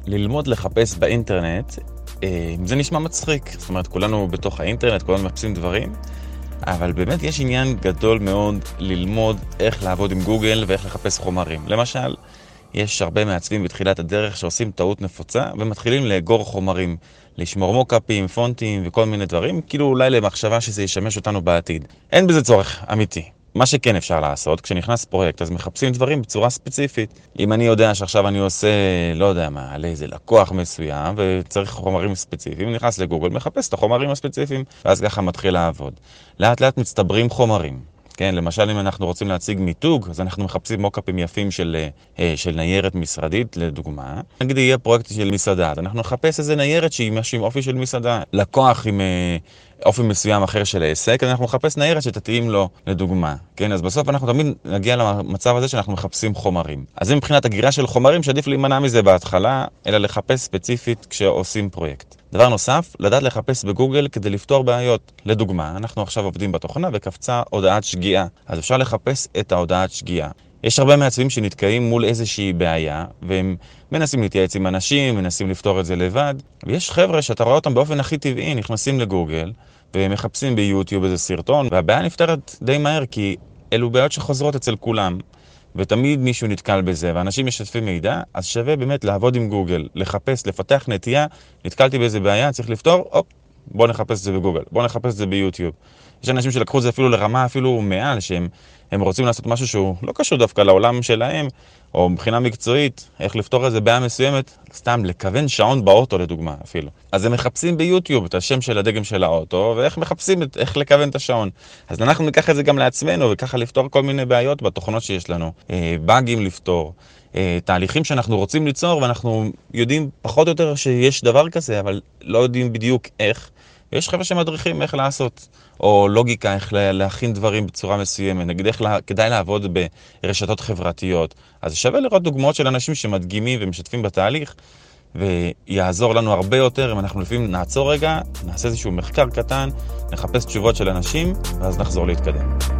ללמוד לחפש באינטרנט, זה נשמע מצחיק. זאת אומרת, כולנו בתוך האינטרנט, כולנו מחפשים דברים, אבל באמת יש עניין גדול מאוד ללמוד איך לעבוד עם גוגל ואיך לחפש חומרים. למשל, יש הרבה מעצבים בתחילת הדרך שעושים טעות נפוצה ומתחילים לאגור חומרים, לשמור מוקאפים, פונטים וכל מיני דברים, כאילו אולי למחשבה שזה ישמש אותנו בעתיד. אין בזה צורך אמיתי. מה שכן אפשר לעשות, כשנכנס פרויקט, אז מחפשים דברים בצורה ספציפית. אם אני יודע שעכשיו אני עושה, לא יודע מה, על איזה לקוח מסוים, וצריך חומרים ספציפיים, נכנס לגוגל, מחפש את החומרים הספציפיים, ואז ככה מתחיל לעבוד. לאט לאט מצטברים חומרים. כן, למשל אם אנחנו רוצים להציג מיתוג, אז אנחנו מחפשים מוקאפים יפים של ניירת משרדית, לדוגמה. נגיד יהיה פרויקט של מסעדה, אז אנחנו נחפש איזה ניירת שהיא משהו עם אופי של מסעדה. לקוח עם אופי מסוים אחר של העסק, אז אנחנו נחפש ניירת שתתאים לו, לדוגמה. כן, אז בסוף אנחנו תמיד נגיע למצב הזה שאנחנו מחפשים חומרים. אז זה מבחינת הגירה של חומרים, שעדיף להימנע מזה בהתחלה, אלא לחפש ספציפית כשעושים פרויקט. דבר נוסף, לדעת לחפש בגוגל כדי לפתור בעיות. לדוגמה, אנחנו עכשיו עובדים בתוכנה וקפצה הודעת שגיאה. אז אפשר לחפש את ההודעת שגיאה. יש הרבה מעצבים שנתקעים מול איזושהי בעיה, והם מנסים להתייעץ עם אנשים, מנסים לפתור את זה לבד. ויש חבר'ה שאתה רואה אותם באופן הכי טבעי, נכנסים לגוגל, ומחפשים ביוטיוב איזה סרטון, והבעיה נפתרת די מהר, כי אלו בעיות שחוזרות אצל כולם. ותמיד מישהו נתקל בזה, ואנשים משתפים מידע, אז שווה באמת לעבוד עם גוגל, לחפש, לפתח נטייה, נתקלתי באיזה בעיה, צריך לפתור, בוא נחפש את זה בגוגל, בוא נחפש את זה ביוטיוב. יש אנשים שלקחו את זה אפילו לרמה, אפילו מעל, שהם רוצים לעשות משהו שהוא לא קשור דווקא לעולם שלהם, או מבחינה מקצועית, איך לפתור איזה בעיה מסוימת, סתם לכוון שעון באוטו לדוגמה אפילו. אז הם מחפשים ביוטיוב את השם של הדגם של האוטו, ואיך מחפשים איך לכוון את השעון. אז אנחנו ניקח את זה גם לעצמנו, וככה לפתור כל מיני בעיות בתוכנות שיש לנו. באגים לפתור, תהליכים שאנחנו רוצים ליצור, ואנחנו יודעים פחות או יותר שיש דבר כזה, אבל לא יודעים בדיוק איך. ויש חבר'ה שמדריכים איך לעשות, או לוגיקה, איך להכין דברים בצורה מסוימת, נגיד איך כדאי לעבוד ברשתות חברתיות. אז שווה לראות דוגמאות של אנשים שמדגימים ומשתפים בתהליך, ויעזור לנו הרבה יותר אם אנחנו לפעמים נעצור רגע, נעשה איזשהו מחקר קטן, נחפש תשובות של אנשים, ואז נחזור להתקדם.